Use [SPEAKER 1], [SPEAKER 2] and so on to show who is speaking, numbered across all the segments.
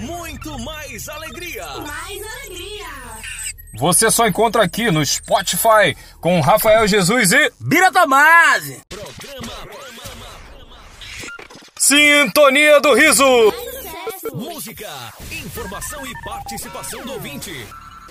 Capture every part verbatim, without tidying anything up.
[SPEAKER 1] muito mais alegria.
[SPEAKER 2] Mais alegria.
[SPEAKER 3] Você só encontra aqui no Spotify com Rafael Jesus e
[SPEAKER 4] Bira Tomasi.
[SPEAKER 1] Programa
[SPEAKER 3] Sintonia do Riso.
[SPEAKER 1] Música, informação e participação do ouvinte.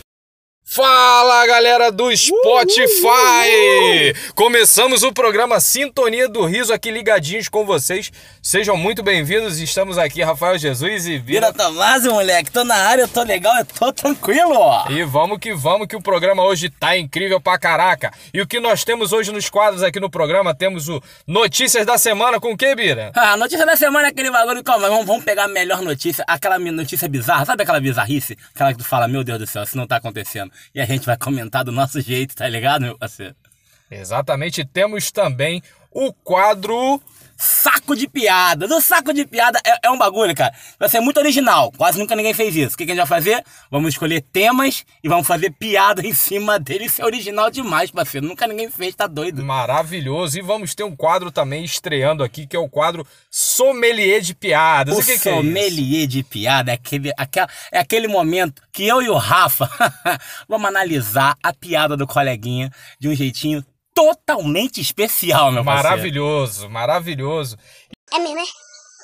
[SPEAKER 3] Fala, galera do Spotify! Começamos o programa Sintonia do Riso aqui ligadinhos com vocês. Sejam muito bem-vindos. Estamos aqui, Rafael Jesus e Bira
[SPEAKER 4] Bira Tomasi, moleque. Tô na área, eu tô legal, eu tô tranquilo.
[SPEAKER 3] E vamos que vamos, que o programa hoje tá incrível pra caraca. E o que nós temos hoje nos quadros aqui no programa, temos o Notícias da Semana com o que, Bira?
[SPEAKER 4] Ah, a notícia da semana é aquele bagulho, calma, vamos, vamos pegar a melhor notícia, aquela notícia bizarra, sabe aquela bizarrice? Aquela que tu fala, meu Deus do céu, isso não tá acontecendo. E a gente vai comentar do nosso jeito, tá ligado, meu parceiro?
[SPEAKER 3] Exatamente, temos também o quadro...
[SPEAKER 4] Saco de piada. Do saco de piada é, é um bagulho, cara. Vai ser muito original. Quase nunca ninguém fez isso. O que, que a gente vai fazer? Vamos escolher temas e vamos fazer piada em cima dele. Isso é original demais, parceiro. Nunca ninguém fez, tá doido.
[SPEAKER 3] Maravilhoso. E vamos ter um quadro também estreando aqui, que é o quadro Sommelier de Piadas.
[SPEAKER 4] O
[SPEAKER 3] e que
[SPEAKER 4] sommelier
[SPEAKER 3] que é
[SPEAKER 4] de piada é aquele, aquela, é aquele momento que eu e o Rafa vamos analisar a piada do coleguinha de um jeitinho totalmente especial, meu parceiro.
[SPEAKER 3] Maravilhoso, maravilhoso.
[SPEAKER 2] É mesmo, é?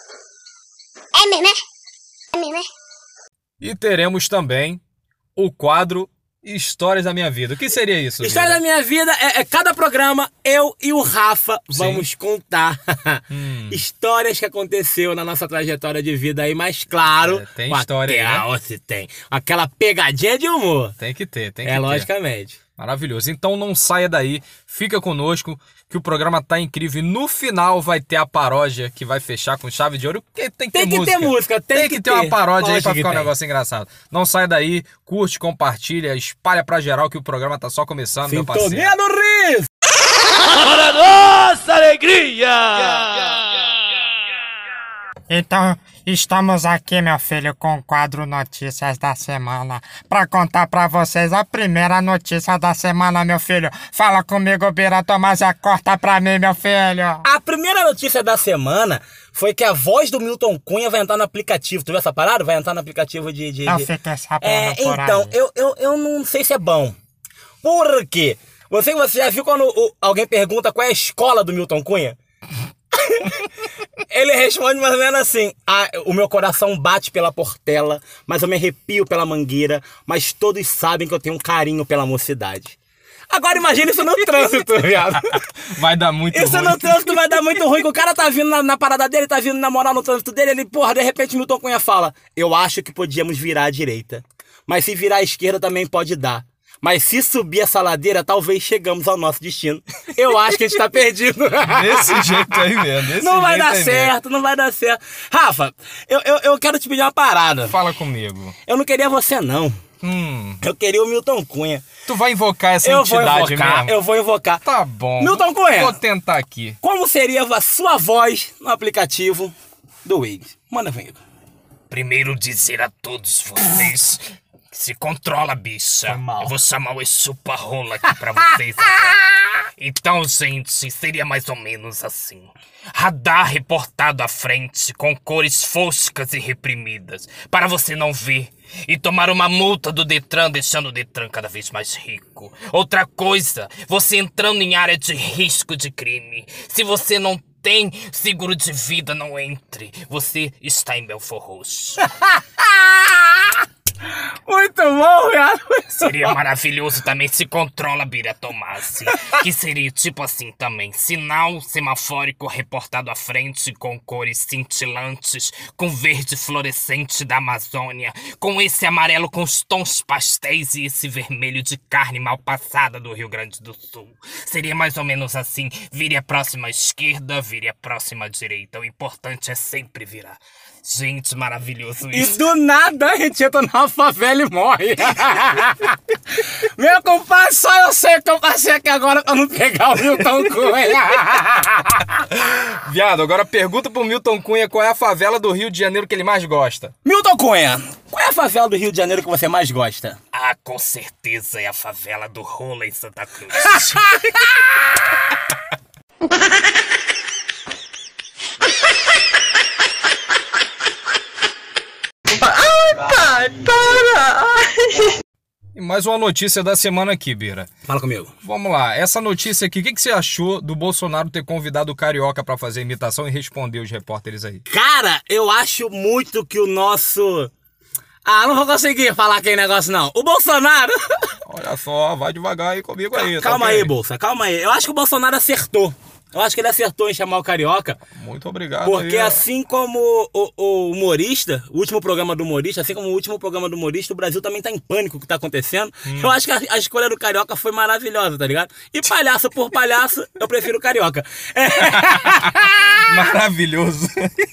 [SPEAKER 2] É mesmo, é? É mesmo, é?
[SPEAKER 3] E teremos também o quadro Histórias da Minha Vida. O que seria isso,
[SPEAKER 4] História da
[SPEAKER 3] Bira?
[SPEAKER 4] minha vida é, é cada programa, eu e o Rafa
[SPEAKER 3] Sim.
[SPEAKER 4] vamos contar
[SPEAKER 3] Hum.
[SPEAKER 4] histórias que aconteceu na nossa trajetória de vida aí, mas claro,
[SPEAKER 3] É, tem
[SPEAKER 4] com
[SPEAKER 3] história aí, né?
[SPEAKER 4] aquela, se tem, aquela pegadinha de humor.
[SPEAKER 3] Tem que ter, tem que
[SPEAKER 4] É,
[SPEAKER 3] ter.
[SPEAKER 4] logicamente.
[SPEAKER 3] Maravilhoso. Então não saia daí, fica conosco, que o programa tá incrível. E no final vai ter a paródia que vai fechar com chave de ouro, porque tem que ter
[SPEAKER 4] Tem que
[SPEAKER 3] música.
[SPEAKER 4] ter música, tem
[SPEAKER 3] Tem
[SPEAKER 4] que
[SPEAKER 3] que ter
[SPEAKER 4] ter.
[SPEAKER 3] uma paródia aí
[SPEAKER 4] Lógico
[SPEAKER 3] pra
[SPEAKER 4] que
[SPEAKER 3] ficar um
[SPEAKER 4] tem.
[SPEAKER 3] negócio engraçado. Não saia daí, curte, compartilha, espalha pra geral que o programa tá só começando, meu parceiro.
[SPEAKER 4] Sintonia do Riso!
[SPEAKER 1] Para nossa alegria.
[SPEAKER 5] Então, estamos aqui, meu filho, com o quadro Notícias da Semana, pra contar pra vocês a primeira notícia da semana, meu filho. Fala comigo, Bira Tomasi, corta pra mim, meu filho.
[SPEAKER 4] A primeira notícia da semana foi que a voz do Milton Cunha vai entrar no aplicativo. Tu viu essa parada? Vai entrar no aplicativo de... de,
[SPEAKER 5] Eu
[SPEAKER 4] de...
[SPEAKER 5] fiquei sabendo
[SPEAKER 4] É,
[SPEAKER 5] por
[SPEAKER 4] então,
[SPEAKER 5] aí.
[SPEAKER 4] eu, eu, eu não sei se é bom. Por quê? Você, você já viu quando o- alguém pergunta qual é a escola do Milton Cunha? Ele responde mais ou menos assim: ah, o meu coração bate pela Portela, mas eu me arrepio pela Mangueira, mas todos sabem que eu tenho um carinho pela mocidade. Agora imagina isso no trânsito, viado.
[SPEAKER 3] Vai dar muito
[SPEAKER 4] Isso
[SPEAKER 3] ruim.
[SPEAKER 4] no trânsito vai dar muito ruim, que o cara tá vindo na, na parada dele, tá vindo namorar no trânsito dele, ele, porra, de repente Milton Cunha fala: eu acho que podíamos virar à direita, mas se virar à esquerda também pode dar. Mas se subir essa ladeira, talvez chegamos ao nosso destino. Eu acho que a gente tá perdido.
[SPEAKER 3] Desse jeito aí mesmo. Desse
[SPEAKER 4] Não vai
[SPEAKER 3] jeito
[SPEAKER 4] dar
[SPEAKER 3] aí
[SPEAKER 4] certo, não vai dar certo. Rafa, eu, eu, eu quero te pedir uma parada.
[SPEAKER 3] mesmo. Fala comigo.
[SPEAKER 4] Eu não queria você, não.
[SPEAKER 3] Hum,
[SPEAKER 4] Eu queria o Milton Cunha.
[SPEAKER 3] tu vai invocar essa
[SPEAKER 4] Eu vou
[SPEAKER 3] entidade
[SPEAKER 4] invocar,
[SPEAKER 3] mesmo?
[SPEAKER 4] eu vou invocar.
[SPEAKER 3] Tá bom.
[SPEAKER 4] Milton Cunha.
[SPEAKER 3] Vou tentar aqui.
[SPEAKER 4] Como seria a sua voz no aplicativo do Waze? Manda ver.
[SPEAKER 6] Primeiro dizer a todos vocês que se controla, bicha.
[SPEAKER 4] Foi mal.
[SPEAKER 6] Eu vou chamar o chupa-rola aqui pra vocês agora. Então, gente, seria mais ou menos assim. Radar reportado à frente com cores foscas e reprimidas, para você não ver e tomar uma multa do Detran, deixando o Detran cada vez mais rico. Outra coisa, você entrando em área de risco de crime. Se você não tem seguro de vida, não entre. Você está em Belfor Roxo.
[SPEAKER 4] Muito bom, viado.
[SPEAKER 6] Seria maravilhoso também se controla, Bira Tomasi. Que seria tipo assim também: sinal semafórico reportado à frente com cores cintilantes, com verde fluorescente da Amazônia, com esse amarelo com os tons pastéis e esse vermelho de carne mal passada do Rio Grande do Sul. Seria mais ou menos assim: vire a próxima esquerda, vire a próxima direita. O importante é sempre virar. Gente, maravilhoso
[SPEAKER 4] E
[SPEAKER 6] isso.
[SPEAKER 4] do nada a gente entra numa favela e morre. Meu compadre, só eu sei que eu passei aqui agora pra não pegar o Milton Cunha.
[SPEAKER 3] Viado, agora pergunta pro Milton Cunha qual é a favela do Rio de Janeiro que ele mais gosta.
[SPEAKER 4] Milton Cunha, qual é a favela do Rio de Janeiro que você mais gosta?
[SPEAKER 6] Ah, com certeza é a favela do Rola em Santa Cruz.
[SPEAKER 2] Ai, para!
[SPEAKER 3] E mais uma notícia da semana aqui, Bira.
[SPEAKER 4] Fala comigo.
[SPEAKER 3] Vamos lá, essa notícia aqui, o que, que você achou do Bolsonaro ter convidado o Carioca pra fazer a imitação e responder os repórteres aí?
[SPEAKER 4] Cara, eu acho muito que o nosso... Ah, não vou conseguir falar aquele negócio, não. O Bolsonaro...
[SPEAKER 3] Olha só, vai devagar aí comigo aí.
[SPEAKER 4] Calma
[SPEAKER 3] tá
[SPEAKER 4] aí,
[SPEAKER 3] okay?
[SPEAKER 4] Bolsa, calma aí. Eu acho que o Bolsonaro acertou. Eu acho que ele acertou em chamar o Carioca.
[SPEAKER 3] Muito obrigado.
[SPEAKER 4] Porque
[SPEAKER 3] aí,
[SPEAKER 4] assim como o, o humorista, o último programa do humorista, assim como o último programa do humorista, o Brasil também tá em pânico com o que tá acontecendo. Hum. Eu acho que a, a escolha do Carioca foi maravilhosa, tá ligado? E palhaço por palhaço, eu prefiro o Carioca. É.
[SPEAKER 3] Maravilhoso.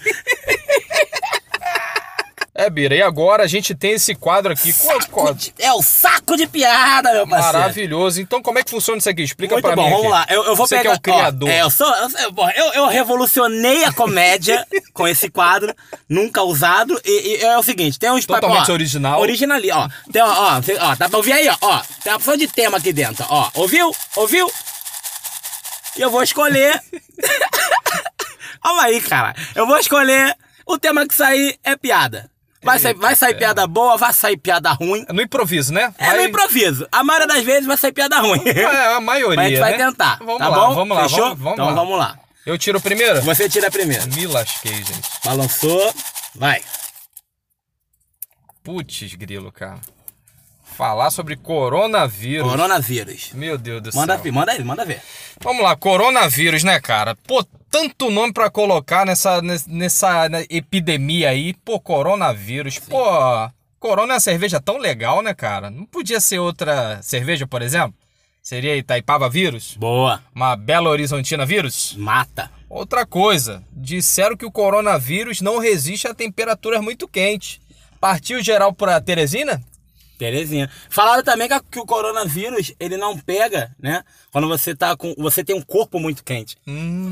[SPEAKER 3] É, Bira, e agora a gente tem esse quadro aqui. Qual,
[SPEAKER 4] de, é o saco de piada, meu parceiro.
[SPEAKER 3] Maravilhoso. Então, como é que funciona isso aqui? Explica
[SPEAKER 4] Muito
[SPEAKER 3] pra
[SPEAKER 4] bom,
[SPEAKER 3] mim.
[SPEAKER 4] Vamos
[SPEAKER 3] aqui.
[SPEAKER 4] lá. Eu, eu vou
[SPEAKER 3] Você
[SPEAKER 4] pegar.
[SPEAKER 3] que é o criador.
[SPEAKER 4] Ó, é, eu, sou, eu, eu, eu revolucionei a comédia com esse quadro, nunca usado. E, e é o seguinte: tem uns
[SPEAKER 3] totalmente
[SPEAKER 4] ó,
[SPEAKER 3] original.
[SPEAKER 4] Original ali, ó. Tem, ó, ó, ó. Dá pra ouvir aí, ó. ó. Tem uma opção de tema aqui dentro, ó. Ouviu? Ouviu? E eu vou escolher. Calma aí, cara. Eu vou escolher. O tema que sair é piada. Vai sair, vai sair piada boa, vai sair piada ruim.
[SPEAKER 3] É no improviso, né?
[SPEAKER 4] É
[SPEAKER 3] vai...
[SPEAKER 4] no improviso. A maioria das vezes vai sair piada ruim.
[SPEAKER 3] É, a maioria,
[SPEAKER 4] Mas a gente vai
[SPEAKER 3] né?
[SPEAKER 4] tentar,
[SPEAKER 3] Vamos
[SPEAKER 4] tá
[SPEAKER 3] lá,
[SPEAKER 4] bom?
[SPEAKER 3] vamos lá,
[SPEAKER 4] Fechou?
[SPEAKER 3] vamos, vamos
[SPEAKER 4] então
[SPEAKER 3] lá.
[SPEAKER 4] vamos lá.
[SPEAKER 3] Eu tiro a primeira?
[SPEAKER 4] Você tira a primeira.
[SPEAKER 3] Me lasquei, gente.
[SPEAKER 4] Balançou, vai.
[SPEAKER 3] Putz, grilo, cara. Falar sobre coronavírus.
[SPEAKER 4] Coronavírus.
[SPEAKER 3] Meu Deus do
[SPEAKER 4] manda
[SPEAKER 3] céu.
[SPEAKER 4] Ver, manda aí, manda ver.
[SPEAKER 3] Vamos lá, coronavírus, né, cara? Pô, tanto nome pra colocar nessa, nessa epidemia aí. Pô, coronavírus. Sim. Pô, corona é uma cerveja tão legal, né, cara? Não podia ser outra cerveja, por exemplo? Seria Itaipava vírus?
[SPEAKER 4] Boa.
[SPEAKER 3] Uma Belo Horizontina vírus?
[SPEAKER 4] Mata.
[SPEAKER 3] Outra coisa, disseram que o coronavírus não resiste a temperaturas muito quentes. Partiu geral pra Teresina?
[SPEAKER 4] Terezinha. Falaram também que, que o coronavírus, ele não pega, né? Quando você tá com... Você tem um corpo muito quente.
[SPEAKER 3] Hum.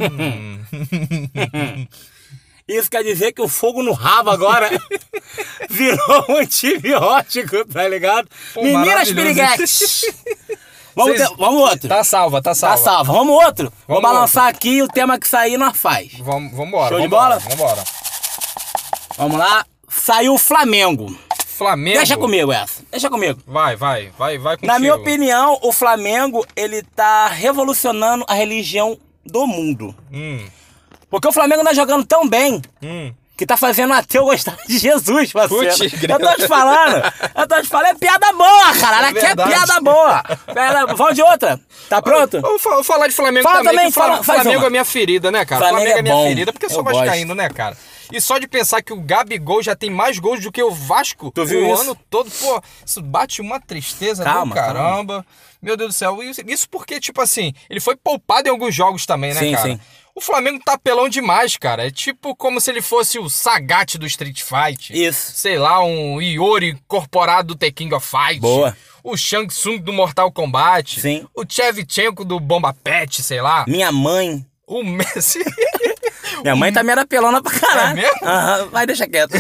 [SPEAKER 4] Isso quer dizer que o fogo no rabo agora virou um antibiótico, tá ligado?
[SPEAKER 3] Pô,
[SPEAKER 4] meninas piriguetes! Vamos,
[SPEAKER 3] Vocês...
[SPEAKER 4] ter... Vamos outro.
[SPEAKER 3] Tá salva, tá salva.
[SPEAKER 4] Tá salva. Vamos outro.
[SPEAKER 3] Vamos
[SPEAKER 4] Vou balançar
[SPEAKER 3] outro.
[SPEAKER 4] aqui e o tema que sair nós faz.
[SPEAKER 3] Vamos, vambora.
[SPEAKER 4] Show de
[SPEAKER 3] vambora,
[SPEAKER 4] bola?
[SPEAKER 3] Vambora.
[SPEAKER 4] Vamos lá. Saiu o Flamengo.
[SPEAKER 3] Flamengo.
[SPEAKER 4] Deixa comigo essa. Deixa comigo.
[SPEAKER 3] Vai, vai, vai, vai contigo.
[SPEAKER 4] Na minha opinião, o Flamengo, ele tá revolucionando a religião do mundo.
[SPEAKER 3] Hum.
[SPEAKER 4] Porque o Flamengo tá jogando tão bem
[SPEAKER 3] Hum.
[SPEAKER 4] que tá fazendo ateu gostar de Jesus, parceiro.
[SPEAKER 3] Putz,
[SPEAKER 4] eu tô te falando. Eu tô te falando. É piada boa, cara. Ela
[SPEAKER 3] É
[SPEAKER 4] quer
[SPEAKER 3] verdade.
[SPEAKER 4] piada boa. Pera, vamos de outra. Tá pronto?
[SPEAKER 3] Vou, vou falar de Flamengo
[SPEAKER 4] Fala
[SPEAKER 3] também.
[SPEAKER 4] também,
[SPEAKER 3] que o Flam-
[SPEAKER 4] fala- faz
[SPEAKER 3] Flamengo
[SPEAKER 4] uma.
[SPEAKER 3] é minha ferida, né, cara?
[SPEAKER 4] Flamengo
[SPEAKER 3] Flamengo é
[SPEAKER 4] é
[SPEAKER 3] minha
[SPEAKER 4] bom.
[SPEAKER 3] ferida porque eu sou
[SPEAKER 4] Eu
[SPEAKER 3] vascaíno, né, cara? E só de pensar que o Gabigol já tem mais gols do que o Vasco
[SPEAKER 4] Tu viu
[SPEAKER 3] o
[SPEAKER 4] isso?
[SPEAKER 3] ano todo, pô, isso bate uma tristeza
[SPEAKER 4] Calma,
[SPEAKER 3] do caramba. Meu Deus do céu. Isso, isso porque, tipo assim, ele foi poupado em alguns jogos também, né,
[SPEAKER 4] Sim,
[SPEAKER 3] cara?
[SPEAKER 4] sim.
[SPEAKER 3] O Flamengo tá pelão demais, cara. É tipo como se ele fosse o Sagat do Street Fight.
[SPEAKER 4] Isso.
[SPEAKER 3] Sei lá, um Iori incorporado do The King of Fight.
[SPEAKER 4] Boa.
[SPEAKER 3] O Shang Tsung do Mortal Kombat.
[SPEAKER 4] Sim.
[SPEAKER 3] O Shevchenko do Bomba Pet, sei lá.
[SPEAKER 4] Minha mãe...
[SPEAKER 3] O Messi.
[SPEAKER 4] Minha mãe tá me pelona pra caralho.
[SPEAKER 3] É mesmo?
[SPEAKER 4] Aham, vai, deixa quieto.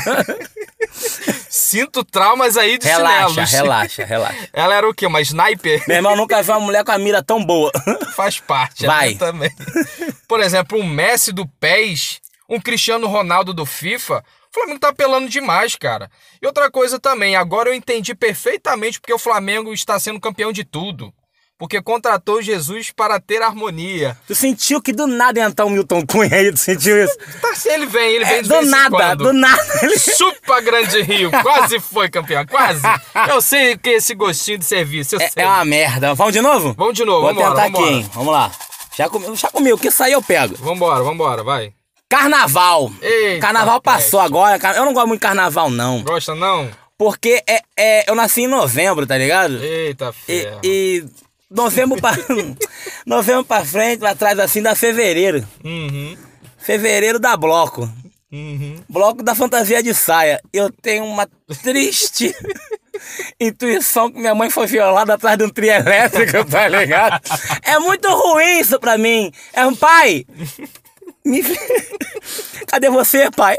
[SPEAKER 3] Sinto traumas aí de
[SPEAKER 4] Relaxa,
[SPEAKER 3] chinelos.
[SPEAKER 4] relaxa, relaxa.
[SPEAKER 3] Ela era o quê? Uma sniper?
[SPEAKER 4] Meu irmão nunca viu uma mulher com a mira tão boa.
[SPEAKER 3] Faz parte.
[SPEAKER 4] Vai.
[SPEAKER 3] Vai. Também. Por exemplo, um Messi do P E S, um Cristiano Ronaldo do FIFA. O Flamengo tá apelando demais, cara. E outra coisa também, agora eu entendi perfeitamente porque o Flamengo está sendo campeão de tudo. Porque contratou Jesus para ter harmonia.
[SPEAKER 4] Tu sentiu que do nada ia entrar o Milton Cunha aí, tu sentiu isso?
[SPEAKER 3] Tá, se ele vem, ele vem
[SPEAKER 4] É,
[SPEAKER 3] de
[SPEAKER 4] do
[SPEAKER 3] vez em
[SPEAKER 4] nada,
[SPEAKER 3] quando.
[SPEAKER 4] do nada. Ele...
[SPEAKER 3] Chupa Grande Rio, quase foi campeão, quase. Eu sei que esse gostinho de serviço, eu
[SPEAKER 4] É,
[SPEAKER 3] sei.
[SPEAKER 4] é uma merda. Vamos de novo?
[SPEAKER 3] Vamos de novo,
[SPEAKER 4] Vou
[SPEAKER 3] vambora,
[SPEAKER 4] tentar
[SPEAKER 3] vambora.
[SPEAKER 4] aqui, hein? Vamos lá. Já, com... Já comigo, o que sair eu pego.
[SPEAKER 3] Vambora, vambora, vai.
[SPEAKER 4] Carnaval.
[SPEAKER 3] Eita,
[SPEAKER 4] Carnaval passou
[SPEAKER 3] peste.
[SPEAKER 4] agora. Eu não gosto muito de carnaval, não.
[SPEAKER 3] Gosta não?
[SPEAKER 4] Porque é, é, eu nasci em novembro, tá ligado?
[SPEAKER 3] Eita,
[SPEAKER 4] E,
[SPEAKER 3] ferro.
[SPEAKER 4] e novembro pra, novembro pra frente, pra trás assim, dá fevereiro.
[SPEAKER 3] Uhum,
[SPEAKER 4] Fevereiro dá bloco.
[SPEAKER 3] uhum.
[SPEAKER 4] Bloco da fantasia de saia. Eu tenho uma triste intuição que minha mãe foi violada atrás de um trio elétrico, tá ligado? É muito ruim isso pra mim. É um pai. Me... Cadê você, pai?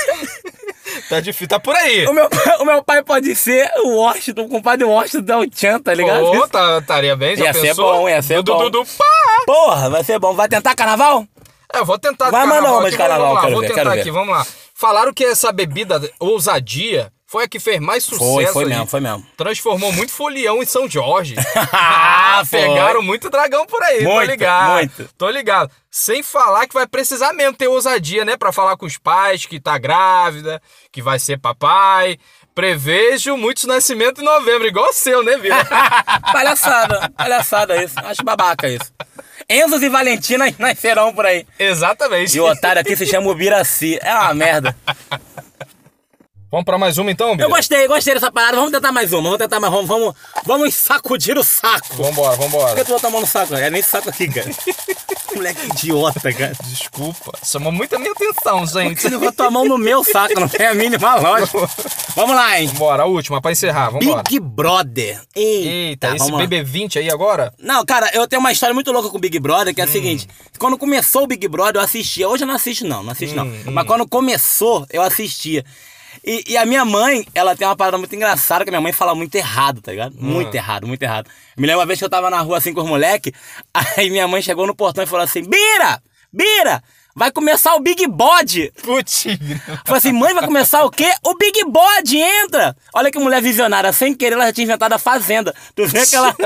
[SPEAKER 3] Tá difícil, tá por aí.
[SPEAKER 4] O meu, pai- o meu pai pode ser o Washington, o compadre Washington da Uchan, tá ligado?
[SPEAKER 3] Ô, tá, estaria bem, já
[SPEAKER 4] Ia ser
[SPEAKER 3] pensou?
[SPEAKER 4] bom, ia ser
[SPEAKER 3] Du, du,
[SPEAKER 4] bom.
[SPEAKER 3] du, du, pá.
[SPEAKER 4] Porra, vai ser bom. Vai tentar carnaval?
[SPEAKER 3] É, eu vou tentar
[SPEAKER 4] Vai,
[SPEAKER 3] de
[SPEAKER 4] manda
[SPEAKER 3] carnaval
[SPEAKER 4] uma
[SPEAKER 3] aqui,
[SPEAKER 4] de carnaval,
[SPEAKER 3] vamos lá,
[SPEAKER 4] quero
[SPEAKER 3] vou
[SPEAKER 4] ver,
[SPEAKER 3] tentar
[SPEAKER 4] quero
[SPEAKER 3] aqui,
[SPEAKER 4] ver.
[SPEAKER 3] vamos lá. Falaram que essa bebida ousadia Foi a que fez mais sucesso.
[SPEAKER 4] Foi, foi
[SPEAKER 3] aí.
[SPEAKER 4] mesmo, foi mesmo.
[SPEAKER 3] Transformou muito folião em São Jorge.
[SPEAKER 4] Ah, foi.
[SPEAKER 3] Pegaram muito dragão por aí,
[SPEAKER 4] Muito,
[SPEAKER 3] tô ligado.
[SPEAKER 4] muito.
[SPEAKER 3] Tô ligado. Sem falar que vai precisar mesmo ter ousadia, né? Pra falar com os pais que tá grávida, que vai ser papai. Prevejo muitos nascimentos em novembro, igual o seu, né, Vila?
[SPEAKER 4] Palhaçada, palhaçada isso. Acho babaca isso. Enzos e Valentina nascerão por aí.
[SPEAKER 3] Exatamente.
[SPEAKER 4] E o otário aqui se chama o Biraci. É uma merda.
[SPEAKER 3] Vamos pra mais uma então, Bira?
[SPEAKER 4] Eu gostei, gostei dessa parada. Vamos tentar mais uma, vamos tentar mais uma. Vamos, vamos sacudir o saco.
[SPEAKER 3] Vambora,
[SPEAKER 4] Por
[SPEAKER 3] vambora.
[SPEAKER 4] que tu botou a mão no saco? É nem saco aqui, cara. Moleque idiota, cara.
[SPEAKER 3] Desculpa, chamou muito a minha atenção, gente.
[SPEAKER 4] Você botou a mão no meu saco, não tem a mínima lógica. Vamos lá, hein.
[SPEAKER 3] Bora, a última pra encerrar, vambora.
[SPEAKER 4] Big Brother. Eita,
[SPEAKER 3] Eita, esse
[SPEAKER 4] vamos lá.
[SPEAKER 3] B B vinte aí agora?
[SPEAKER 4] Não, cara, eu tenho uma história muito louca com o Big Brother, que é a seguinte. Quando começou o Big Brother, eu assistia. Hoje eu não assisto, não. Não assisto, não. Mas quando começou, eu assistia. E, e a minha mãe, ela tem uma parada muito engraçada, que a minha mãe fala muito errado, tá ligado? Muito errado, muito errado. Me lembro uma vez que eu tava na rua assim com os moleques, aí minha mãe chegou no portão e falou assim, Bira, Bira, vai começar o Big Bode.
[SPEAKER 3] Putz.
[SPEAKER 4] Falei assim, mãe, vai começar o quê? O Big Bode, entra! Olha que mulher visionária, sem querer ela já tinha inventado a Fazenda. Tu vê que ela...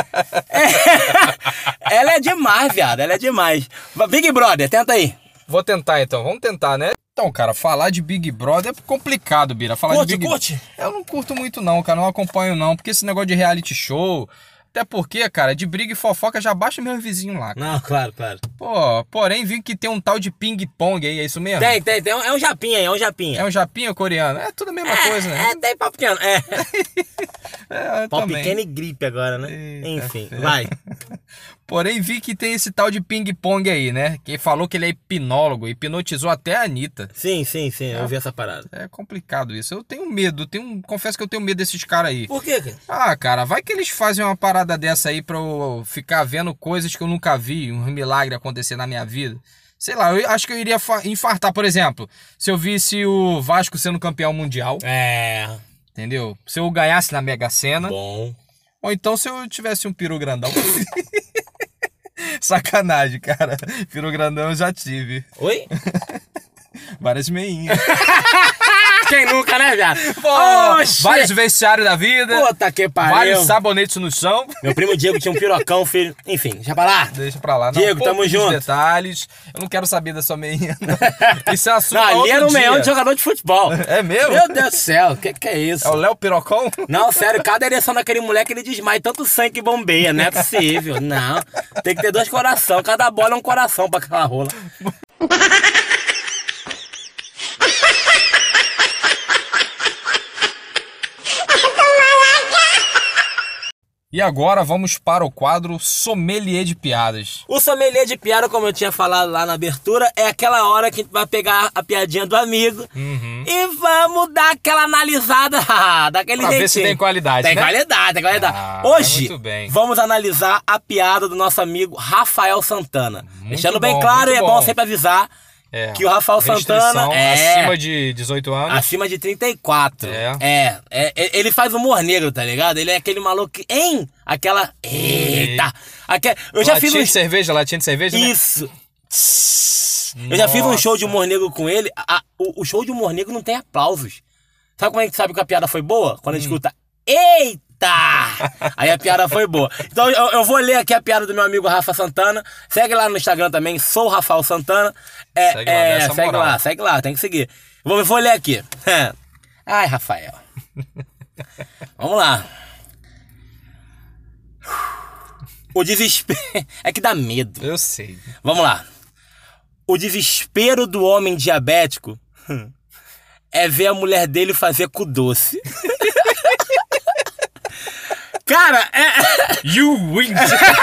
[SPEAKER 4] É... Ela é demais, viado, ela é demais. Big Brother, tenta aí.
[SPEAKER 3] Vou tentar então, vamos tentar, né? Então, cara, falar de Big Brother é complicado, Bira. Falar
[SPEAKER 4] Curte,
[SPEAKER 3] de Big
[SPEAKER 4] curte?
[SPEAKER 3] Eu não curto muito não, cara, não acompanho não, porque esse negócio de reality show... Até porque, cara, de briga e fofoca já baixa meu vizinho lá.
[SPEAKER 4] Não, claro, claro.
[SPEAKER 3] Pô, porém, vi que tem um tal de ping-pong aí, é isso mesmo?
[SPEAKER 4] Tem, tem, tem. É um japinha aí, é um japinha.
[SPEAKER 3] É um japinha coreano? É tudo a mesma
[SPEAKER 4] É,
[SPEAKER 3] coisa, né?
[SPEAKER 4] É, tem pau pequeno. É.
[SPEAKER 3] É, eu
[SPEAKER 4] Pau
[SPEAKER 3] também.
[SPEAKER 4] pequeno e gripe agora, né?
[SPEAKER 3] Eita
[SPEAKER 4] Enfim,
[SPEAKER 3] ferro.
[SPEAKER 4] vai.
[SPEAKER 3] Porém, vi que tem esse tal de ping-pong aí, né? Que falou que ele é hipnólogo, hipnotizou até a Anitta.
[SPEAKER 4] Sim, sim, sim, eu vi essa parada.
[SPEAKER 3] É complicado isso. Eu tenho medo, tenho, confesso que eu tenho medo desses caras aí.
[SPEAKER 4] Por quê, cara?
[SPEAKER 3] Ah, cara, vai que eles fazem uma parada dessa aí pra eu ficar vendo coisas que eu nunca vi, um milagre acontecer na minha vida. Sei lá, eu acho que eu iria infartar, por exemplo, se eu visse o Vasco sendo campeão mundial,
[SPEAKER 4] É.
[SPEAKER 3] entendeu? Se eu ganhasse na Mega Sena,
[SPEAKER 4] Bom.
[SPEAKER 3] ou então se eu tivesse um peru grandão. Sacanagem, cara. Peru grandão eu já tive.
[SPEAKER 4] Oi?
[SPEAKER 3] Várias meinhas.
[SPEAKER 4] Quem nunca, né, viado?
[SPEAKER 3] Pô,
[SPEAKER 4] Oxi!
[SPEAKER 3] vários vestiários da vida.
[SPEAKER 4] Puta que pariu.
[SPEAKER 3] Vários sabonetes no chão.
[SPEAKER 4] Meu primo Diego tinha um pirocão, filho. Enfim, deixa pra lá.
[SPEAKER 3] Deixa pra lá. Não,
[SPEAKER 4] Diego,
[SPEAKER 3] poucos
[SPEAKER 4] tamo junto.
[SPEAKER 3] detalhes. Eu não quero saber da sua meinha. Não. Isso é assunto
[SPEAKER 4] Não,
[SPEAKER 3] pra
[SPEAKER 4] ali
[SPEAKER 3] outro
[SPEAKER 4] era um
[SPEAKER 3] dia.
[SPEAKER 4] meião de jogador de futebol.
[SPEAKER 3] É mesmo?
[SPEAKER 4] Meu Deus do céu, que que é isso?
[SPEAKER 3] É o Léo Pirocão?
[SPEAKER 4] Não, sério, cada ereção daquele moleque ele desmaia tanto sangue que bombeia, não é possível. Não, tem que ter dois coração, cada bola é um coração pra aquela rola.
[SPEAKER 3] E agora vamos para o quadro Sommelier de Piadas.
[SPEAKER 4] O sommelier de piada, como eu tinha falado lá na abertura, é aquela hora que a gente vai pegar a piadinha do amigo
[SPEAKER 3] Uhum.
[SPEAKER 4] e vamos dar aquela analisada, daquele
[SPEAKER 3] Pra ver
[SPEAKER 4] jeitinho.
[SPEAKER 3] se tem qualidade,
[SPEAKER 4] Tem
[SPEAKER 3] né?
[SPEAKER 4] qualidade, tem qualidade.
[SPEAKER 3] Ah,
[SPEAKER 4] Hoje,
[SPEAKER 3] muito bem.
[SPEAKER 4] vamos analisar a piada do nosso amigo Rafael Santana.
[SPEAKER 3] Muito
[SPEAKER 4] Deixando bem
[SPEAKER 3] bom,
[SPEAKER 4] claro, e
[SPEAKER 3] muito
[SPEAKER 4] é bom
[SPEAKER 3] bom.
[SPEAKER 4] sempre avisar
[SPEAKER 3] É.
[SPEAKER 4] que o Rafael
[SPEAKER 3] Restrição
[SPEAKER 4] Santana é...
[SPEAKER 3] acima de dezoito anos.
[SPEAKER 4] Acima de trinta e quatro.
[SPEAKER 3] É.
[SPEAKER 4] É, é, é, ele faz humor negro, tá ligado? Ele é aquele maluco que, hein? Aquela... Eita! Aque- Eu já
[SPEAKER 3] latinha
[SPEAKER 4] fiz um...
[SPEAKER 3] de cerveja, latinha de cerveja, né?
[SPEAKER 4] Isso! Eu já fiz um
[SPEAKER 3] Nossa.
[SPEAKER 4] show de humor negro com ele. A- o, o show de humor negro não tem aplausos. Sabe como é que sabe que a piada foi boa? Quando a
[SPEAKER 3] Hum.
[SPEAKER 4] gente escuta... Eita! Aí a piada foi boa. Então eu, eu vou ler aqui a piada do meu amigo Rafa Santana. Segue lá no Instagram também, sou Rafael Santana. É,
[SPEAKER 3] Segue lá,
[SPEAKER 4] é,
[SPEAKER 3] dá essa
[SPEAKER 4] segue
[SPEAKER 3] moral.
[SPEAKER 4] lá, segue lá, tem que seguir. Vou, vou ler aqui. Ai, Rafael. Vamos lá. O desespero... É que dá medo.
[SPEAKER 3] Eu sei.
[SPEAKER 4] Vamos lá. O desespero do homem diabético é ver a mulher dele fazer cu doce. Cara, é...
[SPEAKER 3] You win!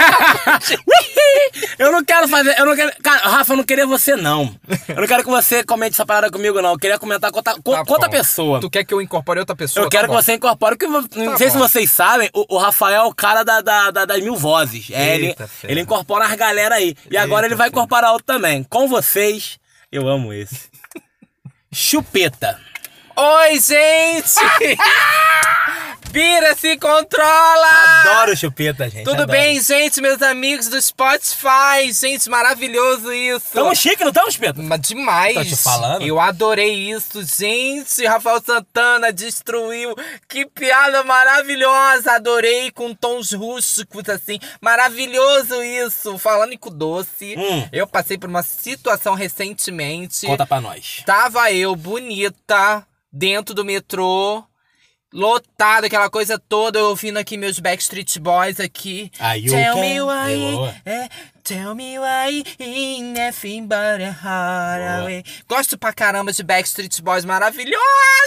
[SPEAKER 4] Eu não quero fazer... Eu não quero... Cara, Rafa, eu não queria você, não. Eu não quero que você comente essa parada comigo, não. Eu queria comentar com outra, com
[SPEAKER 3] Tá
[SPEAKER 4] outra
[SPEAKER 3] bom.
[SPEAKER 4] pessoa.
[SPEAKER 3] Tu quer que eu incorpore outra pessoa?
[SPEAKER 4] Eu quero
[SPEAKER 3] Tá
[SPEAKER 4] que
[SPEAKER 3] bom.
[SPEAKER 4] você incorpore, porque não
[SPEAKER 3] Tá
[SPEAKER 4] sei se
[SPEAKER 3] bom.
[SPEAKER 4] vocês sabem, o, o Rafael é o cara da, da, da- das mil vozes. É, ele,
[SPEAKER 3] Eita, ferro.
[SPEAKER 4] ele incorpora as galera aí. E agora
[SPEAKER 3] Eita,
[SPEAKER 4] ele vai
[SPEAKER 3] ferro.
[SPEAKER 4] incorporar outro também. Com vocês, eu amo esse. Chupeta.
[SPEAKER 3] Oi, gente!
[SPEAKER 6] Bira, se controla!
[SPEAKER 4] Adoro chupeta, gente.
[SPEAKER 6] Tudo
[SPEAKER 4] adoro.
[SPEAKER 6] bem, gente, meus amigos do Spotify? Gente, maravilhoso isso.
[SPEAKER 4] Tamo chique, não tamo, chupeta?
[SPEAKER 6] Mas demais.
[SPEAKER 4] Tô te falando.
[SPEAKER 6] Eu adorei isso, gente. Rafael Santana destruiu. Que piada maravilhosa. Adorei, com tons rústicos, assim. Maravilhoso isso. Falando em cu doce,
[SPEAKER 4] Hum.
[SPEAKER 6] eu passei por uma situação recentemente.
[SPEAKER 4] Conta pra nós.
[SPEAKER 6] Tava eu, bonita, dentro do metrô, lotado, aquela coisa toda, eu ouvindo aqui meus Backstreet Boys aqui.
[SPEAKER 4] Aí o
[SPEAKER 6] Tell
[SPEAKER 4] quê?
[SPEAKER 6] me why,
[SPEAKER 4] Boa.
[SPEAKER 6] é, tell me why, ain't nothing but a heartache. Gosto pra caramba de Backstreet Boys maravilhosos,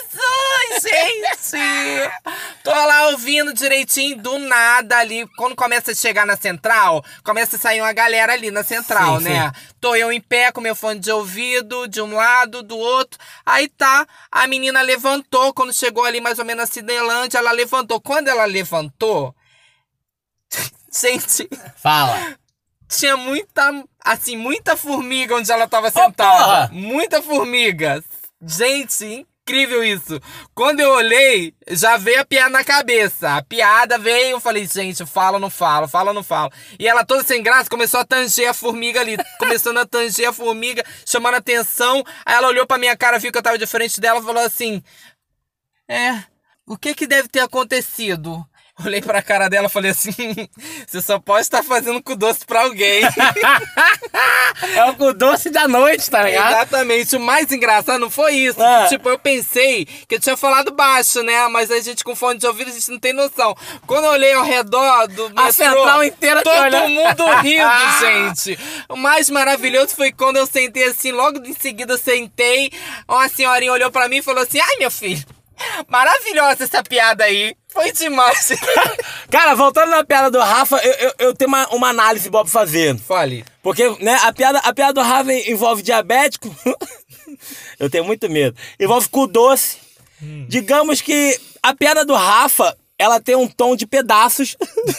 [SPEAKER 6] gente! Tô lá ouvindo direitinho, do nada ali, quando começa a chegar na central, começa a sair uma galera ali na central,
[SPEAKER 4] Sim,
[SPEAKER 6] né?
[SPEAKER 4] sim.
[SPEAKER 6] Tô eu em pé com meu fone de ouvido, de um lado, do outro. Aí tá, a menina levantou, quando chegou ali mais ou menos na Cinelândia, ela levantou. Quando ela levantou, gente,
[SPEAKER 4] Fala.
[SPEAKER 6] tinha muita, assim, muita formiga onde ela tava
[SPEAKER 4] porra!
[SPEAKER 6] sentada. Muita formiga. Gente, incrível isso. Quando eu olhei, já veio a piada na cabeça. A piada veio, eu falei, gente, fala ou não falo, fala ou não falo. E ela toda sem graça começou a tanger a formiga ali. Começando a tanger a formiga, chamando a atenção. Aí ela olhou pra minha cara, viu que eu tava de frente dela e falou assim, é, o que que deve ter acontecido? Olhei pra cara dela e falei assim, você só pode estar fazendo cu doce pra alguém.
[SPEAKER 4] É o cu doce da noite, tá ligado?
[SPEAKER 6] Exatamente. O mais engraçado não foi isso.
[SPEAKER 4] Ah.
[SPEAKER 6] Tipo, eu pensei que eu tinha falado baixo, né? Mas a gente com fone de ouvido, a gente não tem noção. Quando eu olhei ao redor do metrô,
[SPEAKER 4] central inteira te
[SPEAKER 6] todo
[SPEAKER 4] olhando.
[SPEAKER 6] mundo rindo, gente. O mais maravilhoso foi quando eu sentei assim, logo em seguida eu sentei, uma senhorinha olhou pra mim e falou assim, ai, meu filho, maravilhosa essa piada aí. Foi demais.
[SPEAKER 4] Cara, voltando na piada do Rafa, eu, eu, eu tenho uma, uma análise boa pra fazer.
[SPEAKER 6] Fale.
[SPEAKER 4] Porque, né, a piada, a piada do Rafa envolve diabético. Eu tenho muito medo. Envolve cu doce.
[SPEAKER 6] Hum.
[SPEAKER 4] Digamos que a piada do Rafa, ela tem um tom de pedaços.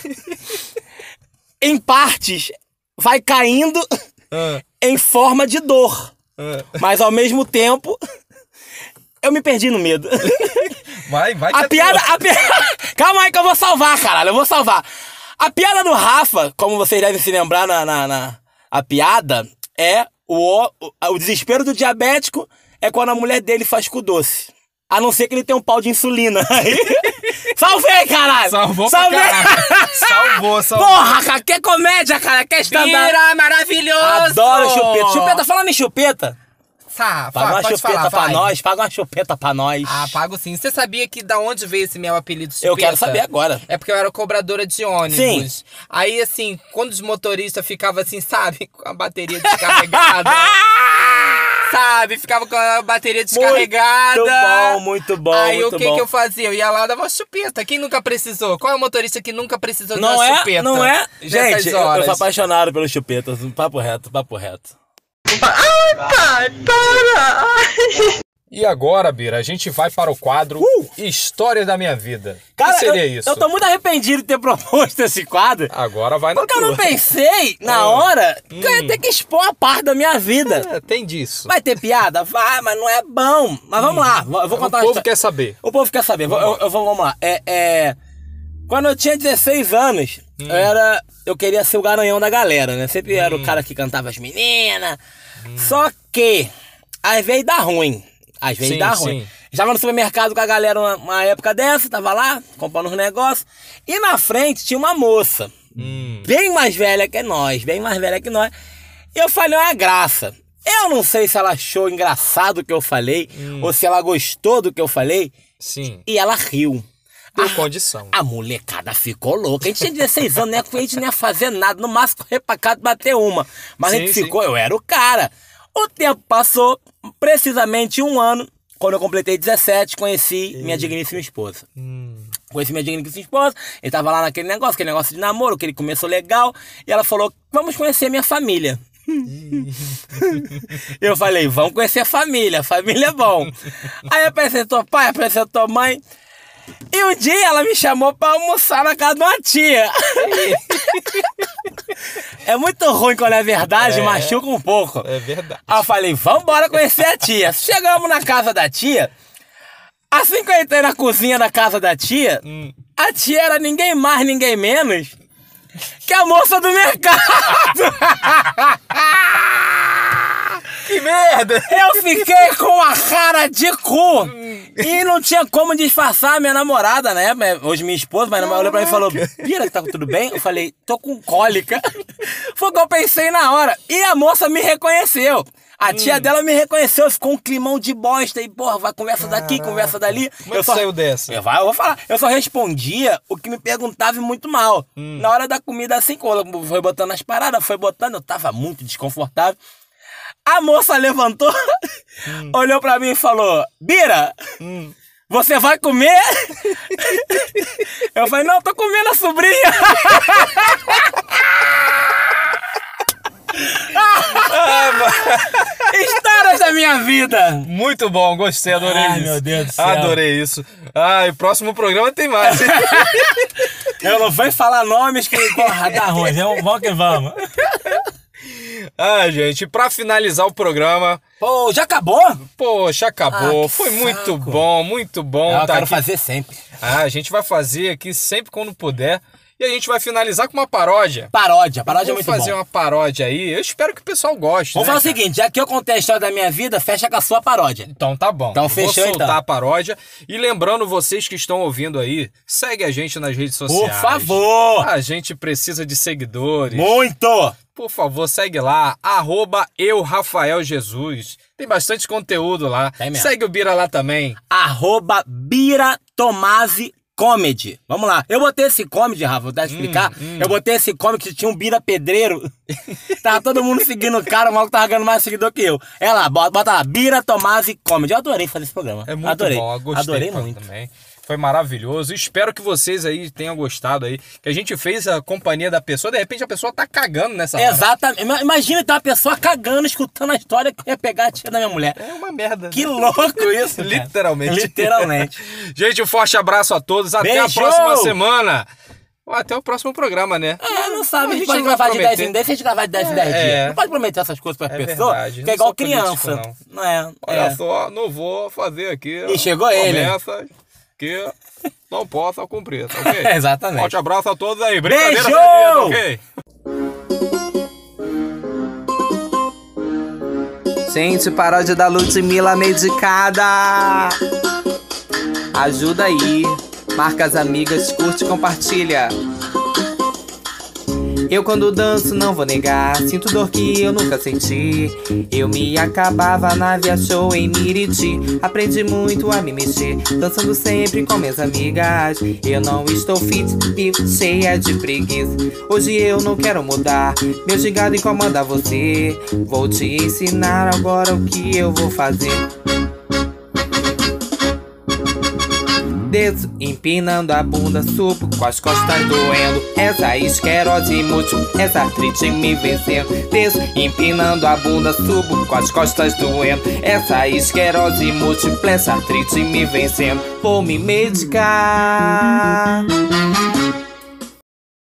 [SPEAKER 4] Em partes, vai caindo
[SPEAKER 6] Ah.
[SPEAKER 4] em forma de dor.
[SPEAKER 6] Ah.
[SPEAKER 4] Mas ao mesmo tempo, eu me perdi no medo.
[SPEAKER 6] Vai, vai. que
[SPEAKER 4] A
[SPEAKER 6] é
[SPEAKER 4] piada,
[SPEAKER 6] tua.
[SPEAKER 4] a piada... Calma aí que eu vou salvar, caralho. Eu vou salvar. A piada do Rafa, como vocês devem se lembrar na... na, na- a piada é o, o, o desespero do diabético é quando a mulher dele faz cu doce. A não ser que ele tenha um pau de insulina. Aí... Salvei, caralho!
[SPEAKER 6] Salvou pra
[SPEAKER 4] Salvei!
[SPEAKER 6] caralho. Salvou, salvou.
[SPEAKER 4] Porra, cara, que comédia, cara. Que stand-up.
[SPEAKER 6] Vira maravilhoso.
[SPEAKER 4] Adoro chupeta. Chupeta, falando em chupeta.
[SPEAKER 6] Tá,
[SPEAKER 4] Paga
[SPEAKER 6] fa-
[SPEAKER 4] uma
[SPEAKER 6] pode
[SPEAKER 4] chupeta
[SPEAKER 6] falar,
[SPEAKER 4] pra
[SPEAKER 6] vai.
[SPEAKER 4] nós. Paga uma chupeta pra nós.
[SPEAKER 6] Ah, pago sim. Você sabia que da onde veio esse meu apelido chupeta?
[SPEAKER 4] Eu quero saber agora.
[SPEAKER 6] É porque eu era cobradora de ônibus.
[SPEAKER 4] Sim.
[SPEAKER 6] Aí, assim, quando os motoristas ficavam assim, sabe, com a bateria descarregada. Sabe, ficava com a bateria descarregada.
[SPEAKER 4] Muito bom, muito bom,
[SPEAKER 6] Aí
[SPEAKER 4] muito
[SPEAKER 6] o que
[SPEAKER 4] bom.
[SPEAKER 6] que eu fazia? Eu ia lá e dava uma chupeta. Quem nunca precisou? Qual é o motorista que nunca precisou de
[SPEAKER 4] Não
[SPEAKER 6] uma
[SPEAKER 4] é,
[SPEAKER 6] chupeta?
[SPEAKER 4] não é?
[SPEAKER 6] nessas
[SPEAKER 4] Gente, eu, eu
[SPEAKER 6] horas?
[SPEAKER 4] sou apaixonado pelos chupetas. Papo reto, papo reto.
[SPEAKER 3] E agora, Bira, a gente vai para o quadro História da Minha Vida. O
[SPEAKER 4] Cara,
[SPEAKER 3] que seria
[SPEAKER 4] eu,
[SPEAKER 3] isso?
[SPEAKER 4] eu tô muito arrependido de ter proposto esse quadro.
[SPEAKER 3] Agora vai na
[SPEAKER 4] Porque eu
[SPEAKER 3] tua.
[SPEAKER 4] não pensei, na hora, que eu ia ter que expor a parte da minha vida.
[SPEAKER 3] É, tem disso.
[SPEAKER 4] Vai ter piada? Vai, mas não é bom. Mas vamos lá, vou, eu vou
[SPEAKER 3] O
[SPEAKER 4] contar uma
[SPEAKER 3] povo
[SPEAKER 4] história.
[SPEAKER 3] quer saber.
[SPEAKER 4] O povo quer saber. Vou- Eu, eu vou, vamos lá. É, é, quando eu tinha dezesseis anos,
[SPEAKER 3] Hum.
[SPEAKER 4] eu era. Eu queria ser o garanhão da galera, né? Sempre era o cara que cantava as meninas.
[SPEAKER 3] Hum.
[SPEAKER 4] Só que, às vezes dá ruim. Às vezes
[SPEAKER 3] Sim,
[SPEAKER 4] dá ruim.
[SPEAKER 3] sim.
[SPEAKER 4] Já no supermercado com a galera uma, uma época dessa, tava lá, comprando uns negócios. E na frente tinha uma moça,
[SPEAKER 3] Hum.
[SPEAKER 4] bem mais velha que nós, bem mais velha que nós. E eu falei uma graça. Eu não sei se ela achou engraçado o que eu falei,
[SPEAKER 3] Hum.
[SPEAKER 4] ou se ela gostou do que eu falei.
[SPEAKER 3] Sim.
[SPEAKER 4] E ela riu.
[SPEAKER 3] Deu
[SPEAKER 4] Ah,
[SPEAKER 3] condição.
[SPEAKER 4] A molecada ficou louca. A gente tinha dezesseis anos, né? A gente não ia fazer nada. No máximo, correr pra casa e bater uma. Mas a
[SPEAKER 3] Sim,
[SPEAKER 4] gente
[SPEAKER 3] sim.
[SPEAKER 4] ficou, eu era o cara. O tempo passou, precisamente um ano. Quando eu completei dezessete, conheci minha digníssima esposa.
[SPEAKER 3] Hum.
[SPEAKER 4] Conheci minha digníssima esposa. Ele tava lá naquele negócio, aquele negócio de namoro, que ele começou legal. E ela falou, vamos conhecer minha família. Eu falei, vamos conhecer a família. Família é bom. Aí apresentou pai, apresentou mãe. E um dia ela me chamou pra almoçar na casa de uma tia. É muito ruim quando é verdade,
[SPEAKER 3] É.
[SPEAKER 4] machuca um pouco.
[SPEAKER 3] É verdade.
[SPEAKER 4] Aí eu falei, vambora conhecer a tia. Chegamos na casa da tia. Assim que eu entrei na cozinha da casa da tia, hum. a tia era ninguém mais, ninguém menos que a moça do mercado.
[SPEAKER 3] Que merda!
[SPEAKER 4] Eu fiquei com a cara de cu. E não tinha como disfarçar a minha namorada, né? Hoje minha esposa, mas olhou pra mim e falou: Bira, tá tudo bem? Eu falei: tô com cólica. Foi o que eu pensei na hora. E a moça me reconheceu. A tia hum. dela me reconheceu, ficou um climão de bosta. E, porra, vai conversa Caraca. daqui, conversa dali.
[SPEAKER 3] Como eu só saiu dessa?
[SPEAKER 4] Eu, eu vou falar. Eu só respondia o que me perguntava muito mal. Hum. Na hora da comida, assim, quando foi botando as paradas, foi botando, eu tava muito desconfortável. A moça levantou, hum. olhou pra mim e falou: Bira, hum. você vai comer? Eu falei: não, tô comendo a sobrinha. Histórias da minha vida.
[SPEAKER 3] Muito bom, gostei, adorei
[SPEAKER 4] Ai,
[SPEAKER 3] isso.
[SPEAKER 4] Ai, meu Deus do céu.
[SPEAKER 3] Adorei isso. Ai, o próximo programa tem mais.
[SPEAKER 4] Eu não vou falar nomes que, porra, dá ruim. Vamos que vamos.
[SPEAKER 3] Ah, gente, pra finalizar o programa...
[SPEAKER 4] Pô, já acabou?
[SPEAKER 3] Poxa, acabou.
[SPEAKER 4] Ah,
[SPEAKER 3] Foi
[SPEAKER 4] saco.
[SPEAKER 3] muito bom, muito bom.
[SPEAKER 4] Eu
[SPEAKER 3] tá
[SPEAKER 4] quero
[SPEAKER 3] aqui.
[SPEAKER 4] fazer sempre.
[SPEAKER 3] Ah, a gente vai fazer aqui sempre quando puder. E a gente vai finalizar com uma paródia.
[SPEAKER 4] Paródia, paródia é
[SPEAKER 3] Vamos
[SPEAKER 4] muito bom.
[SPEAKER 3] fazer uma paródia aí. Eu espero que o pessoal goste.
[SPEAKER 4] Vamos
[SPEAKER 3] né,
[SPEAKER 4] fazer o seguinte, já que eu contei a história da minha vida, fecha com a sua paródia.
[SPEAKER 3] Então tá bom.
[SPEAKER 4] Então fechou,
[SPEAKER 3] Vou soltar
[SPEAKER 4] então.
[SPEAKER 3] a paródia. E lembrando vocês que estão ouvindo aí, segue a gente nas redes sociais.
[SPEAKER 4] Por favor.
[SPEAKER 3] A gente precisa de seguidores.
[SPEAKER 4] Muito.
[SPEAKER 3] Por favor, segue lá, arroba eu, Rafael Jesus. Tem bastante conteúdo lá.
[SPEAKER 4] Tem mesmo.
[SPEAKER 3] Segue o Bira lá também.
[SPEAKER 4] Arroba Bira Tomasi Comedy. Vamos lá. Eu botei esse comedy, Rafa, vou te explicar. Hum, hum. Eu botei esse comedy que tinha um Bira Pedreiro. Tava todo mundo seguindo o cara, o maluco tava ganhando mais seguidor que eu. É lá, bota, bota lá, Bira Tomasi Comedy. Eu adorei fazer esse programa.
[SPEAKER 3] É muito
[SPEAKER 4] adorei.
[SPEAKER 3] bom, eu gostei
[SPEAKER 4] adorei muito.
[SPEAKER 3] Também. Foi maravilhoso. Espero que vocês aí tenham gostado aí. Que a gente fez a companhia da pessoa. De repente a pessoa tá cagando nessa hora.
[SPEAKER 4] Exatamente. Imagina ter uma pessoa cagando, escutando a história que eu ia pegar a tia da minha mulher.
[SPEAKER 3] É uma merda.
[SPEAKER 4] Que né? louco isso, cara.
[SPEAKER 3] Literalmente.
[SPEAKER 4] Literalmente.
[SPEAKER 3] Gente, um forte abraço a todos. Até
[SPEAKER 4] Beijo!
[SPEAKER 3] a próxima semana. Até o próximo programa, né?
[SPEAKER 4] É, não sabe. A gente,
[SPEAKER 3] a gente
[SPEAKER 4] pode gravar de dez em
[SPEAKER 3] prometer.
[SPEAKER 4] dez, a gente gravar de dez em dez
[SPEAKER 3] É.
[SPEAKER 4] dias. Não pode prometer essas coisas para as
[SPEAKER 3] É
[SPEAKER 4] pessoas,
[SPEAKER 3] verdade.
[SPEAKER 4] que é
[SPEAKER 3] Não
[SPEAKER 4] igual
[SPEAKER 3] sou político,
[SPEAKER 4] criança.
[SPEAKER 3] não.
[SPEAKER 4] Não é?
[SPEAKER 3] Olha
[SPEAKER 4] é.
[SPEAKER 3] só, não vou fazer aqui.
[SPEAKER 4] E chegou ele.
[SPEAKER 3] Promessas que não possa cumprir, tá ok?
[SPEAKER 4] Exatamente.
[SPEAKER 3] Forte abraço a todos aí. Brincadeira
[SPEAKER 4] Beijo!
[SPEAKER 3] servida, ok?
[SPEAKER 7] Gente, paródia da Ludmilla medicada. Ajuda aí. Marca as amigas, curte e compartilha. Eu quando danço não vou negar, sinto dor que eu nunca senti. Eu me acabava na via show em Miriti. Aprendi muito a me mexer, dançando sempre com minhas amigas. Eu não estou fit, vivo cheia de preguiça. Hoje eu não quero mudar, meu gingado incomoda você. Vou te ensinar agora o que eu vou fazer. Desço, empinando a bunda, subo com as costas doendo. Essa esclerose múltipla, essa artrite me vencendo. Desço, empinando a bunda, subo com as costas doendo. Essa esclerose múltipla, essa artrite me vencendo. Vou me medicar.